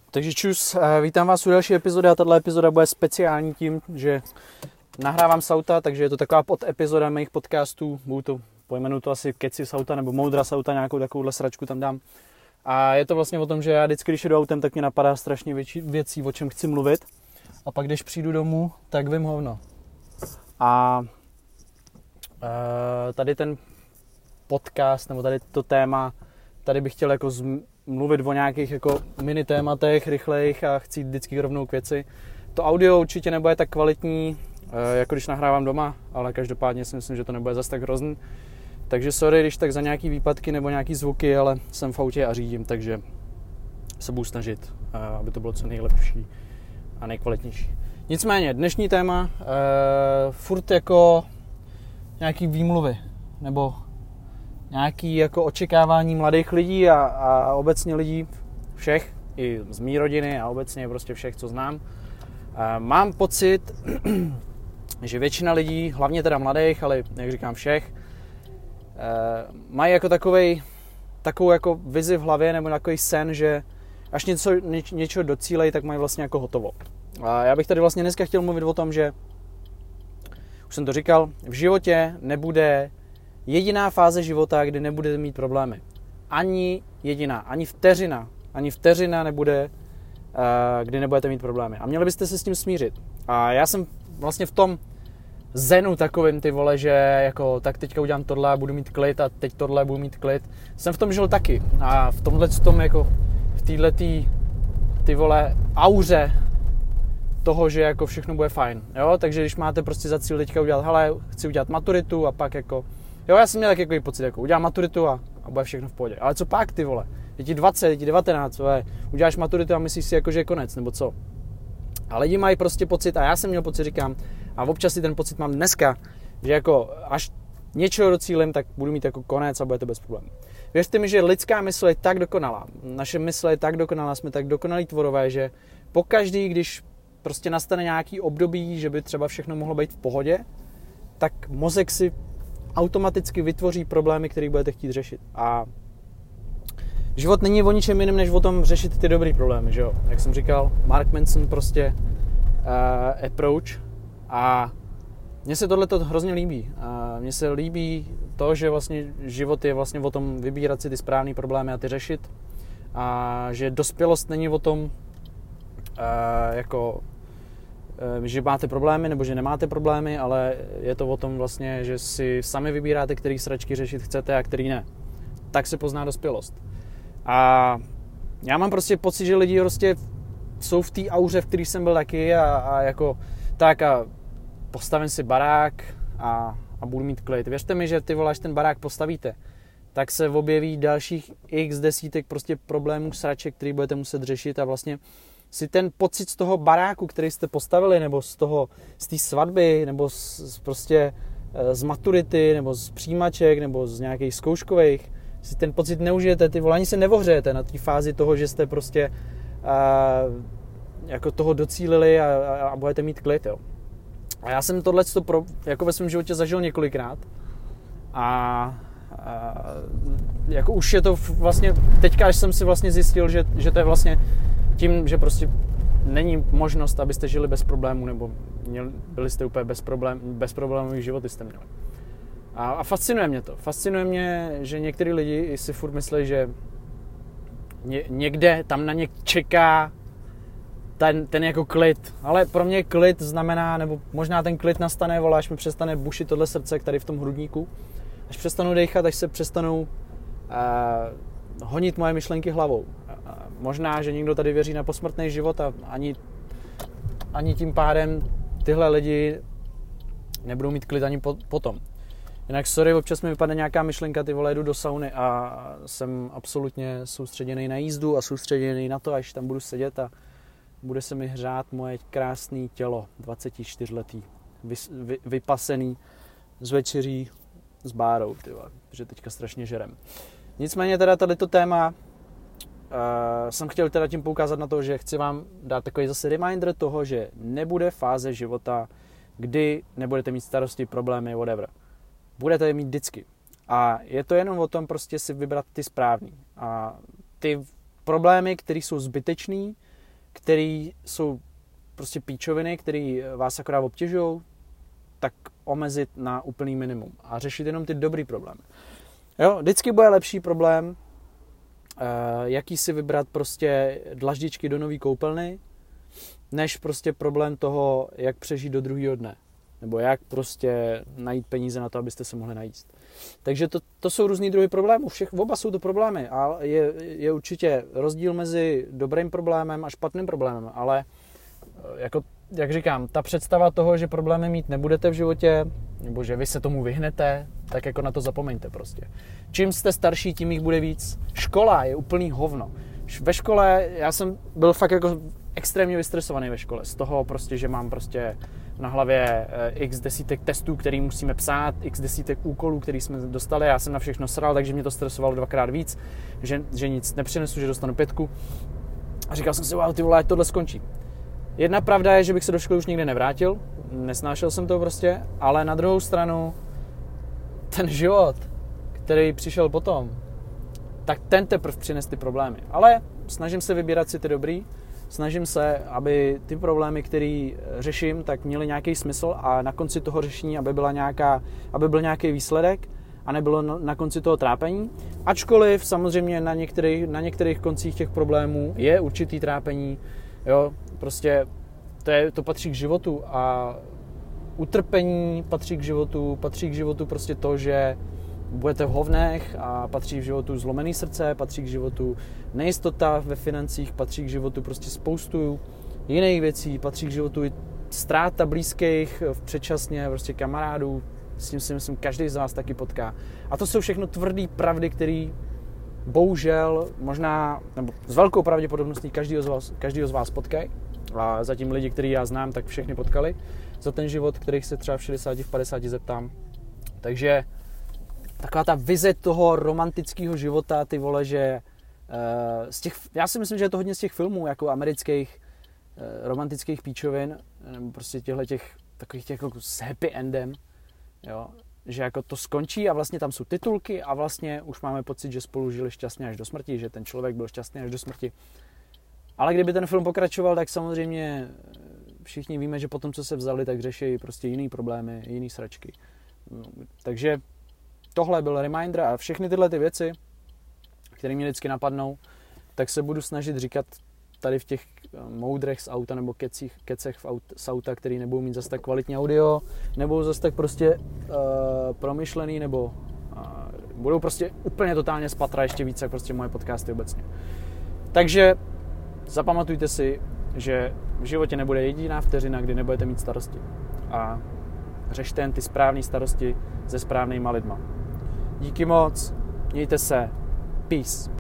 Takže čus, vítám vás u další epizody a tato epizoda bude speciální tím, že nahrávám z auta, takže je to taková podepizoda mých podcastů, pojmenuji to asi Keci z auta nebo Moudra z auta, nějakou takovouhle sračku tam dám. A je to vlastně o tom, že já vždycky, když jedu autem, tak mě napadá strašně věcí, o čem chci mluvit. A pak, když přijdu domů, tak vím hovno. A tady ten podcast, nebo tady to téma, tady bych chtěl jako mluvit o nějakých jako mini tématech, rychlejch a chci jít vždycky rovnou k věci. To audio určitě nebude tak kvalitní, jako když nahrávám doma, ale každopádně si myslím, že to nebude zas tak hrozný. Takže sorry, když tak za nějaký výpadky nebo nějaký zvuky, ale jsem v autě a řídím, takže se budu snažit, aby to bylo co nejlepší a nejkvalitnější. Nicméně, dnešní téma, furt jako nějaký výmluvy, nebo nějaký jako očekávání mladých lidí a obecně lidí všech, i z mý rodiny a obecně prostě všech, co znám. Mám pocit, že většina lidí, hlavně teda mladých, ale jak říkám všech, mají jako takovou jako vizi v hlavě nebo takový sen, že až něčeho docílejí, tak mají vlastně jako hotovo. A já bych tady vlastně dneska chtěl mluvit o tom, že už jsem to říkal, v životě nebude jediná fáze života, kdy nebudete mít problémy. Ani jediná, ani vteřina nebude, kdy nebudete mít problémy. A měli byste se s tím smířit. A já jsem vlastně v tom zenu takovým, ty vole, že jako tak teďka udělám tohle a budu mít klid a teď tohle budu mít klid. Jsem v tom žil taky. A v tomhle tom jako v téhletý ty vole auře toho, že jako všechno bude fajn. Jo, takže když máte prostě za cíl teďka udělat, hele, chci udělat maturitu a pak jako jo, já jsem měl takový pocit, jako udělám maturitu a bude všechno v pohodě. Ale co pak, ty vole? Je ti 20, je ti 19, vole, uděláš maturitu a myslíš si jako, že je konec, nebo co? A lidi mají prostě pocit, a já jsem měl pocit, říkám, a občas si ten pocit mám dneska, že jako až něčeho docílím, tak budu mít jako konec a bude to bez problémů. Věřte mi, že lidská mysl je tak dokonalá, naše mysl je tak dokonalá, jsme tak dokonalí tvorové, že pokaždý, když prostě nastane nějaký období, že by třeba všechno mohlo být v pohodě, tak mozek si automaticky vytvoří problémy, které budete chtít řešit. A život není o ničem jiném, než o tom řešit ty dobrý problémy, že jo? Jak jsem říkal, Mark Manson prostě approach a mně se tohleto hrozně líbí. Mně se líbí to, že vlastně život je vlastně o tom vybírat si ty správné problémy a ty řešit a že dospělost není o tom jako že máte problémy nebo že nemáte problémy, ale je to o tom vlastně, že si sami vybíráte, který sračky řešit chcete a který ne. Tak se pozná dospělost. A já mám prostě pocit, že lidi prostě jsou v té auře, v který jsem byl taky a jako tak a postavím si barák a budu mít klid. Věřte mi, že ty vole, až ten barák postavíte, tak se objeví dalších x desítek prostě problémů, sraček, který budete muset řešit a vlastně si ten pocit z toho baráku, který jste postavili, nebo z té svatby, nebo prostě z maturity, nebo z přijímaček, nebo z nějakých zkouškových, si ten pocit neužijete, ty vole, ani se nevohřejete na té fázi toho, že jste prostě jako toho docílili a budete mít klid, jo. A já jsem tohle jako ve svém životě zažil několikrát a jako už je to vlastně, teďka až jsem si vlastně zjistil, že to je vlastně tím, že prostě není možnost, abyste žili bez problémů, nebo byli jste úplně bezproblémový životy jste měli. A fascinuje mě to. Fascinuje mě, že některý lidi si furt myslí, že někde tam na ně čeká ten jako klid. Ale pro mě klid znamená, nebo možná ten klid nastane, vole, až mi přestane bušit tohle srdce tady v tom hrudníku. Až přestanu dechat, až se přestanou honit moje myšlenky hlavou. Možná, že někdo tady věří na posmrtný život a ani tím pádem tyhle lidi nebudou mít klid ani potom. Jinak sorry, občas mi vypadne nějaká myšlenka, ty vole, jdu do sauny a jsem absolutně soustředěný na jízdu a soustředěný na to, až tam budu sedět a bude se mi hřát moje krásné tělo, 24letý, vypasený z večeří s bárou, ty vole, protože teďka strašně žerem. Nicméně teda tato téma jsem chtěl teda tím poukázat na to, že chci vám dát takový zase reminder toho, že nebude fáze života, kdy nebudete mít starosti, problémy, whatever. Budete je mít vždycky. A je to jenom o tom prostě si vybrat ty správný. A ty problémy, které jsou zbytečný, který jsou prostě píčoviny, který vás akorát obtěžují, tak omezit na úplný minimum a řešit jenom ty dobrý problémy. Jo, vždycky bude lepší problém, jaký si vybrat prostě dlaždičky do nový koupelny, než prostě problém toho, jak přežít do druhého dne. Nebo jak prostě najít peníze na to, abyste se mohli najíst. Takže to jsou různý druhy problémů. Oba jsou to problémy. A je určitě rozdíl mezi dobrým problémem a špatným problémem. Ale jako, jak říkám, ta představa toho, že problémy mít nebudete v životě, nebo že vy se tomu vyhnete, tak jako na to zapomeňte prostě. Čím jste starší, tím jich bude víc. Škola je úplný hovno. Ve škole, já jsem byl fakt jako extrémně vystresovaný ve škole. Z toho prostě, že mám prostě na hlavě x desítek testů, který musíme psát, x desítek úkolů, který jsme dostali. Já jsem na všechno sral, takže mě to stresovalo 2x víc, že nic nepřinesu, že dostanu 5. A říkal jsem si, wow, ty vole, tohle skončí. Jedna pravda je, že bych se do školy už nikdy nevrátil, nesnášel jsem to prostě, ale na druhou stranu ten život, který přišel potom, tak ten teprve přines ty problémy. Ale snažím se vybírat si ty dobrý, snažím se, aby ty problémy, které řeším, tak měly nějaký smysl a na konci toho řešení, aby byl nějaký výsledek a nebylo na konci toho trápení. Ačkoliv samozřejmě na některých koncích těch problémů je určitý trápení, jo, prostě to patří k životu a utrpení patří k životu prostě to, že budete v hovnech a patří k životu zlomený srdce, patří k životu nejistota ve financích, patří k životu prostě spoustu jiných věcí, patří k životu i ztráta blízkých předčasně, prostě kamarádů, s tím si myslím každý z vás taky potká. A to jsou všechno tvrdý pravdy, které bohužel možná, nebo s velkou pravděpodobností každýho z vás potkají. A zatím lidi, který já znám, tak všechny potkali za ten život, kterých se třeba v 60, v 50 zeptám. Takže taková ta vize toho romantického života, ty vole, že já si myslím, že je to hodně z těch filmů, jako amerických romantických píčovin, nebo prostě takových těch jako s happy endem, jo, že jako to skončí a vlastně tam jsou titulky a vlastně už máme pocit, že spolu žili šťastně až do smrti, že ten člověk byl šťastný až do smrti. Ale kdyby ten film pokračoval, tak samozřejmě všichni víme, že potom, co se vzali, tak řeší prostě jiný problémy, jiný sračky. Takže tohle byl reminder a všechny tyhle ty věci, které mě vždycky napadnou, tak se budu snažit říkat tady v těch moudrech z auta nebo kecech z auta, který nebudou mít zase tak kvalitní audio, nebudou zase tak prostě promyšlený, nebo budou prostě úplně totálně spatra ještě víc, jak prostě moje podcasty obecně. Takže zapamatujte si, že v životě nebude jediná vteřina, kdy nebudete mít starosti. A řešte jen ty správné starosti se správnýma lidma. Díky moc, mějte se, peace.